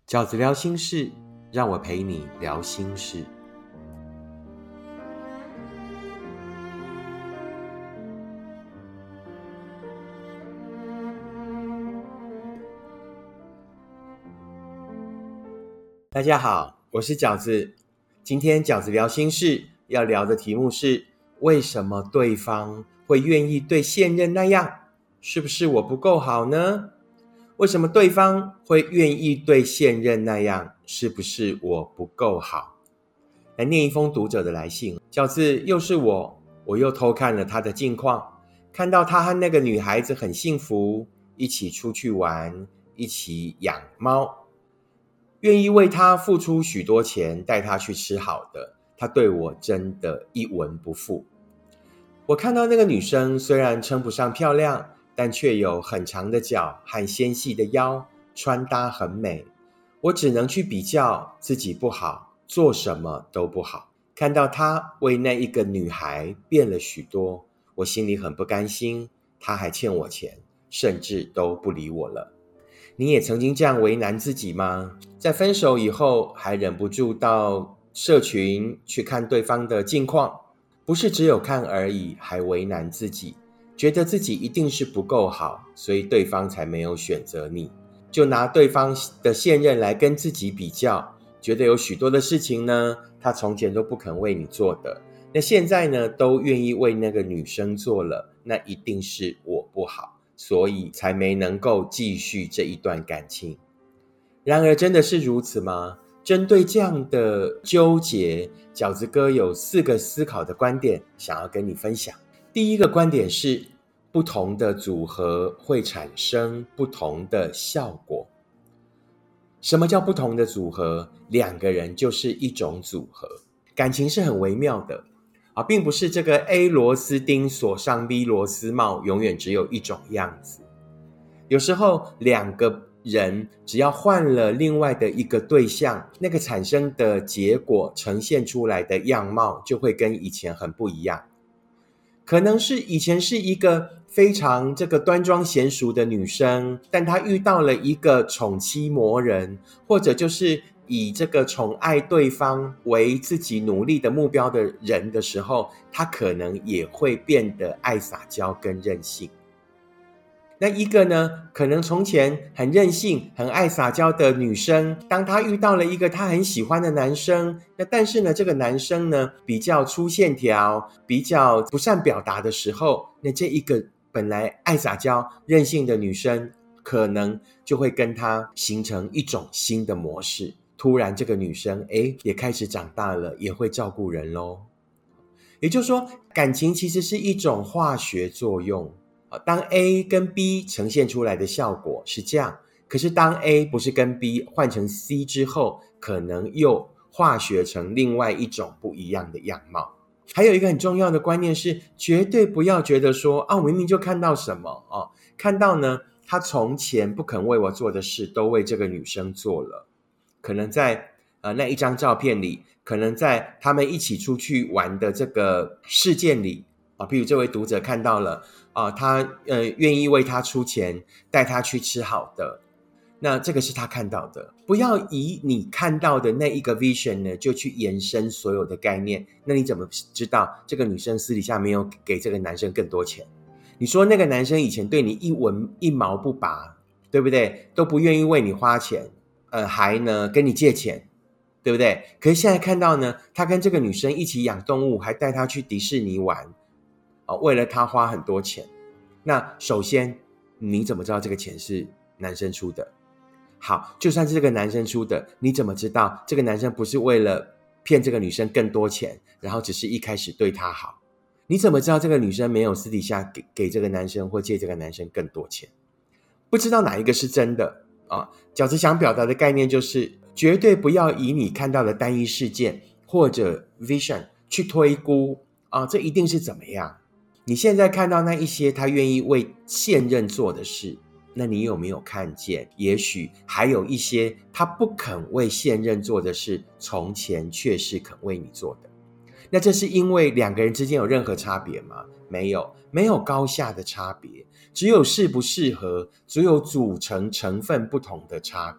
饺子聊心事，让我陪你聊心事。大家好，我是饺子。今天饺子聊心事要聊的题目是：为什么对方会愿意对现任那样？是不是我不够好呢？为什么对方会愿意对现任那样？是不是我不够好？来念一封读者的来信。饺子，又是我又偷看了他的近况，看到他和那个女孩子很幸福，一起出去玩，一起养猫，愿意为他付出许多钱，带他去吃好的，他对我真的一文不付。我看到那个女生虽然称不上漂亮，但却有很长的脚和纤细的腰，穿搭很美。我只能去比较自己不好，做什么都不好。看到她为那一个女孩变了许多，我心里很不甘心，她还欠我钱，甚至都不理我了。你也曾经这样为难自己吗？在分手以后，还忍不住到社群去看对方的近况，不是只有看而已，还为难自己，觉得自己一定是不够好，所以对方才没有选择你。就拿对方的现任来跟自己比较，觉得有许多的事情呢，他从前都不肯为你做的，那现在呢，都愿意为那个女生做了，那一定是我不好，所以才没能够继续这一段感情。然而真的是如此吗？针对这样的纠结，饺子哥有4个思考的观点想要跟你分享。第一个观点是，不同的组合会产生不同的效果。什么叫不同的组合？2个人就是一种组合。感情是很微妙的并不是这个 A 螺丝钉锁上 B 螺丝帽永远只有一种样子。有时候2个人只要换了另外的一个对象，那个产生的结果呈现出来的样貌就会跟以前很不一样。可能是以前是一个非常端庄娴熟的女生，但她遇到了一个宠妻魔人，或者就是以这个宠爱对方为自己努力的目标的人的时候，她可能也会变得爱撒娇跟任性。那一个呢，可能从前很任性很爱撒娇的女生，当她遇到了一个她很喜欢的男生，那但是呢，这个男生呢比较粗线条，比较不善表达的时候，那这一个本来爱撒娇任性的女生，可能就会跟他形成一种新的模式。突然这个女生也开始长大了，也会照顾人咯。也就是说，感情其实是一种化学作用。当 A 跟 B 呈现出来的效果是这样，可是当 A 不是跟 B 换成 C 之后，可能又化学成另外一种不一样的样貌。还有一个很重要的观念是，绝对不要觉得说我明明就看到什么看到呢，他从前不肯为我做的事都为这个女生做了，可能在那一张照片里，可能在他们一起出去玩的这个事件里譬如这位读者看到了他愿意为他出钱带他去吃好的，那这个是他看到的。不要以你看到的那一个 vision 呢，就去延伸所有的概念。那你怎么知道这个女生私底下没有给这个男生更多钱？你说那个男生以前对你一毛不拔，对不对？都不愿意为你花钱，还呢跟你借钱，对不对？可是现在看到呢，他跟这个女生一起养动物，还带她去迪士尼玩为了他花很多钱。那首先你怎么知道这个钱是男生出的？好，就算是这个男生出的，你怎么知道这个男生不是为了骗这个女生更多钱，然后只是一开始对她好？你怎么知道这个女生没有私底下给这个男生或借这个男生更多钱？不知道哪一个是真的饺子想表达的概念就是，绝对不要以你看到的单一事件或者 vision 去推估这一定是怎么样。你现在看到那一些他愿意为现任做的事，那你有没有看见也许还有一些他不肯为现任做的事，从前却是肯为你做的？那这是因为2个人之间有任何差别吗？没有，没有高下的差别，只有适不适合，只有组成成分不同的差别。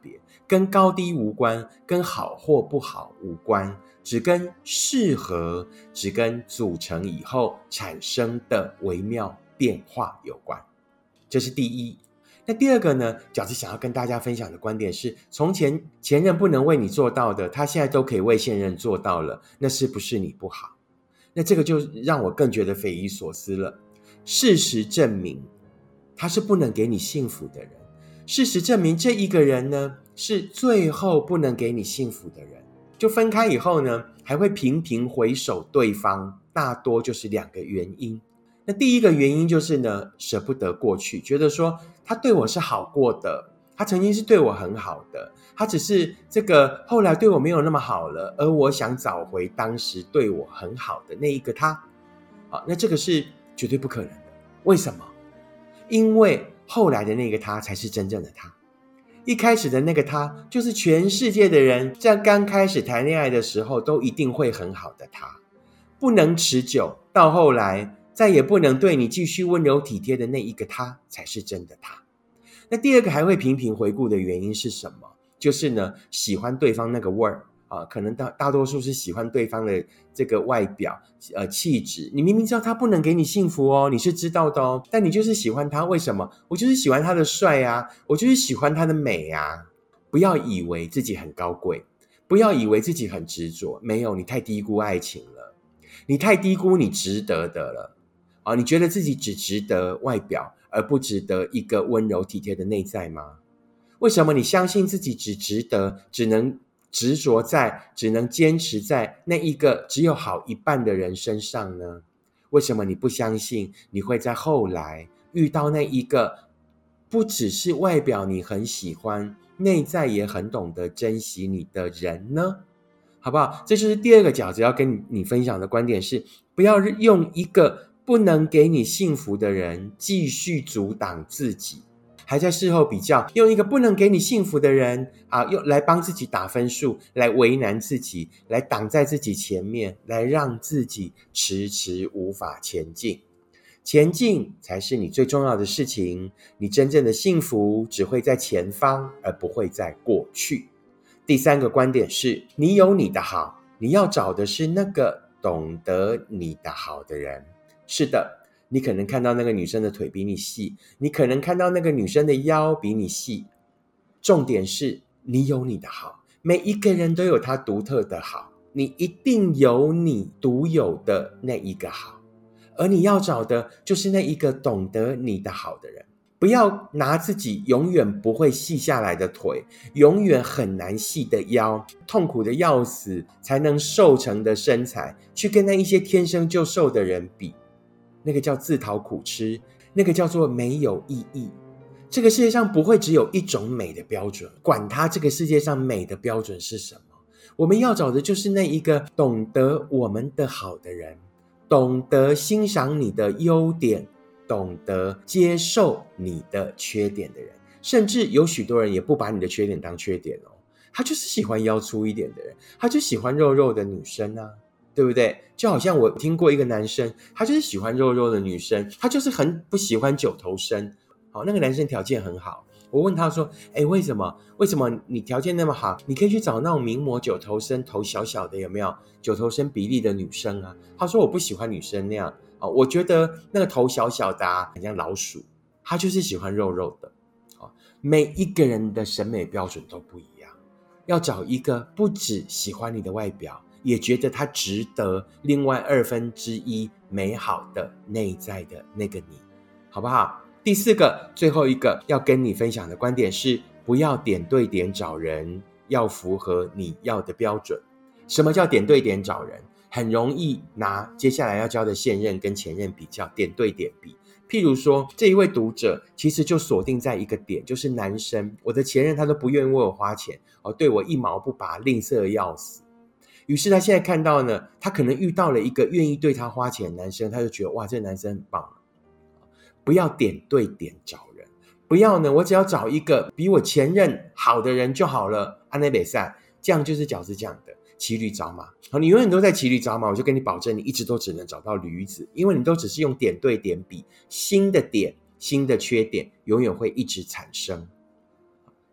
跟高低无关，跟好或不好无关，只跟适合，只跟组成以后产生的微妙变化有关。这是第一。那第二个呢，饺子想要跟大家分享的观点是，从前前任不能为你做到的，他现在都可以为现任做到了，那是不是你不好？那这个就让我更觉得匪夷所思了。事实证明他是不能给你幸福的人，事实证明这一个人呢是最后不能给你幸福的人。就分开以后呢，还会频频回首对方，大多就是2个原因。那第一个原因就是呢，舍不得过去，觉得说他对我是好过的，他曾经是对我很好的，他只是这个后来对我没有那么好了，而我想找回当时对我很好的那一个他。好，那这个是绝对不可能的。为什么？因为后来的那个他才是真正的他。一开始的那个他，就是全世界的人在刚开始谈恋爱的时候都一定会很好的他，不能持久，到后来再也不能对你继续温柔体贴的那一个他才是真的他。那第二个还会频频回顾的原因是什么？就是呢，喜欢对方那个味儿啊，可能大多数是喜欢对方的这个外表气质。你明明知道他不能给你幸福哦，你是知道的哦，但你就是喜欢他。为什么？我就是喜欢他的帅啊，我就是喜欢他的美啊。不要以为自己很高贵，不要以为自己很执着，没有，你太低估爱情了，你太低估你值得的了。你觉得自己只值得外表，而不值得一个温柔体贴的内在吗？为什么你相信自己只值得，只能执着在，只能坚持在那一个只有好一半的人身上呢？为什么你不相信你会在后来遇到那一个不只是外表你很喜欢，内在也很懂得珍惜你的人呢？好不好？这就是第二个饺子要跟你分享的观点是，不要用一个不能给你幸福的人继续阻挡自己，还在事后比较，用一个不能给你幸福的人用来帮自己打分数，来为难自己，来挡在自己前面，来让自己迟迟无法前进。前进才是你最重要的事情，你真正的幸福只会在前方，而不会在过去。第三个观点是，你有你的好，你要找的是那个懂得你的好的人。是的，你可能看到那个女生的腿比你细，你可能看到那个女生的腰比你细，重点是你有你的好，每一个人都有他独特的好，你一定有你独有的那一个好，而你要找的就是那一个懂得你的好的人。不要拿自己永远不会细下来的腿，永远很难细的腰，痛苦的要死才能瘦成的身材，去跟那一些天生就瘦的人比，那个叫自讨苦吃，那个叫做没有意义。这个世界上不会只有一种美的标准，管它这个世界上美的标准是什么，我们要找的就是那一个懂得我们的好的人，懂得欣赏你的优点，懂得接受你的缺点的人。甚至有许多人也不把你的缺点当缺点哦，他就是喜欢腰粗一点的人，他就喜欢肉肉的女生啊，对不对？就好像我听过一个男生，他就是喜欢肉肉的女生，他就是很不喜欢九头身。好，那个男生条件很好，我问他说，为什么你条件那么好，你可以去找那种名模九头身，头小小的，有没有九头身比例的女生啊？他说我不喜欢女生那样，我觉得那个头小小的很像老鼠，他就是喜欢肉肉的。每一个人的审美标准都不一样，要找一个不只喜欢你的外表，也觉得他值得另外1/2美好的内在的那个你，好不好？第四个，最后一个要跟你分享的观点是，不要点对点找人，要符合你要的标准。什么叫点对点找人？很容易拿接下来要交的现任跟前任比较，点对点比。譬如说，这一位读者其实就锁定在一个点，就是男生，我的前任他都不愿意为我花钱，对我一毛不拔，吝啬的要死。于是他现在看到呢，他可能遇到了一个愿意对他花钱的男生，他就觉得哇，这个男生很棒。不要点对点找人，不要呢，我只要找一个比我前任好的人就好了，安内北赛，这样就是饺子讲的骑驴找马。好，你永远都在骑驴找马，我就跟你保证，你一直都只能找到驴子，因为你都只是用点对点比，新的点，新的缺点永远会一直产生。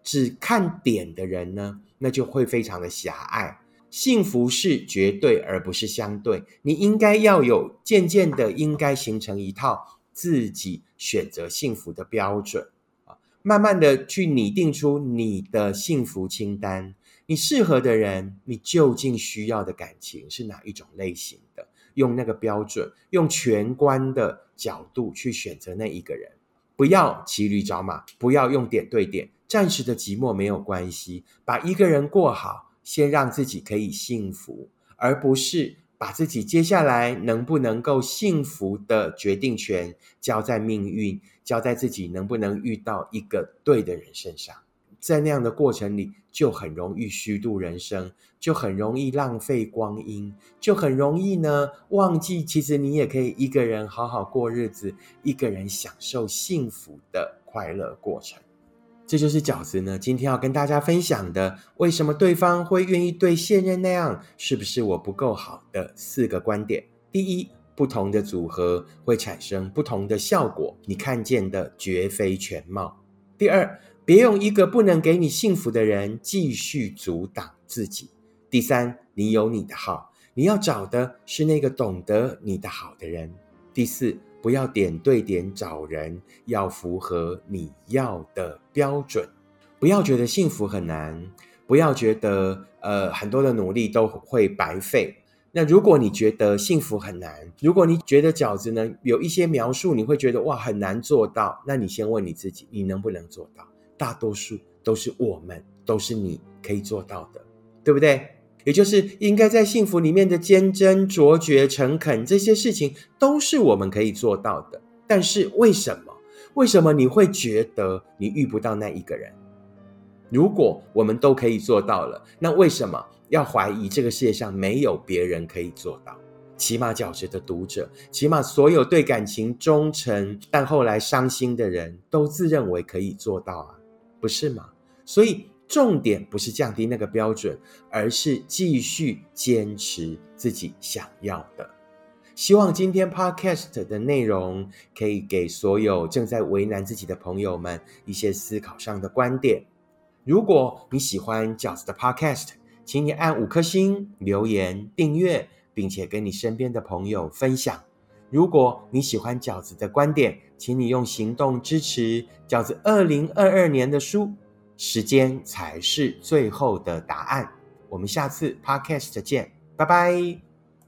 只看点的人呢，那就会非常的狭隘。幸福是绝对而不是相对，你应该要有渐渐的应该形成一套自己选择幸福的标准，慢慢的去拟定出你的幸福清单，你适合的人，你究竟需要的感情是哪一种类型的，用那个标准，用全观的角度去选择那一个人，不要骑驴找马，不要用点对点，暂时的寂寞没有关系，把一个人过好，先让自己可以幸福，而不是把自己接下来能不能够幸福的决定权交在命运，交在自己能不能遇到一个对的人身上。在那样的过程里，就很容易虚度人生，就很容易浪费光阴，就很容易呢忘记其实你也可以一个人好好过日子，一个人享受幸福的快乐过程。这就是饺子呢今天要跟大家分享的，为什么对方会愿意对现任那样，是不是我不够好的4个观点。第一，不同的组合会产生不同的效果，你看见的绝非全貌。第二，别用一个不能给你幸福的人继续阻挡自己。第三，你有你的好，你要找的是那个懂得你的好的人。第四，不要点对点找人，要符合你要的标准。不要觉得幸福很难，不要觉得很多的努力都会白费。那如果你觉得幸福很难，如果你觉得饺子呢有一些描述你会觉得哇很难做到，那你先问你自己，你能不能做到？大多数都是我们，都是你可以做到的，对不对？也就是应该在幸福里面的坚贞、卓绝、诚恳，这些事情都是我们可以做到的。但是为什么你会觉得你遇不到那一个人？如果我们都可以做到了，那为什么要怀疑这个世界上没有别人可以做到？起码饺子的读者，起码所有对感情忠诚但后来伤心的人都自认为可以做到啊，不是吗？所以重点不是降低那个标准，而是继续坚持自己想要的。希望今天 podcast 的内容可以给所有正在为难自己的朋友们一些思考上的观点。如果你喜欢饺子的 podcast， 请你按5颗星、留言、订阅，并且跟你身边的朋友分享。如果你喜欢饺子的观点，请你用行动支持饺子2022年的书，时间才是最后的答案。我们下次 podcast 见，拜拜。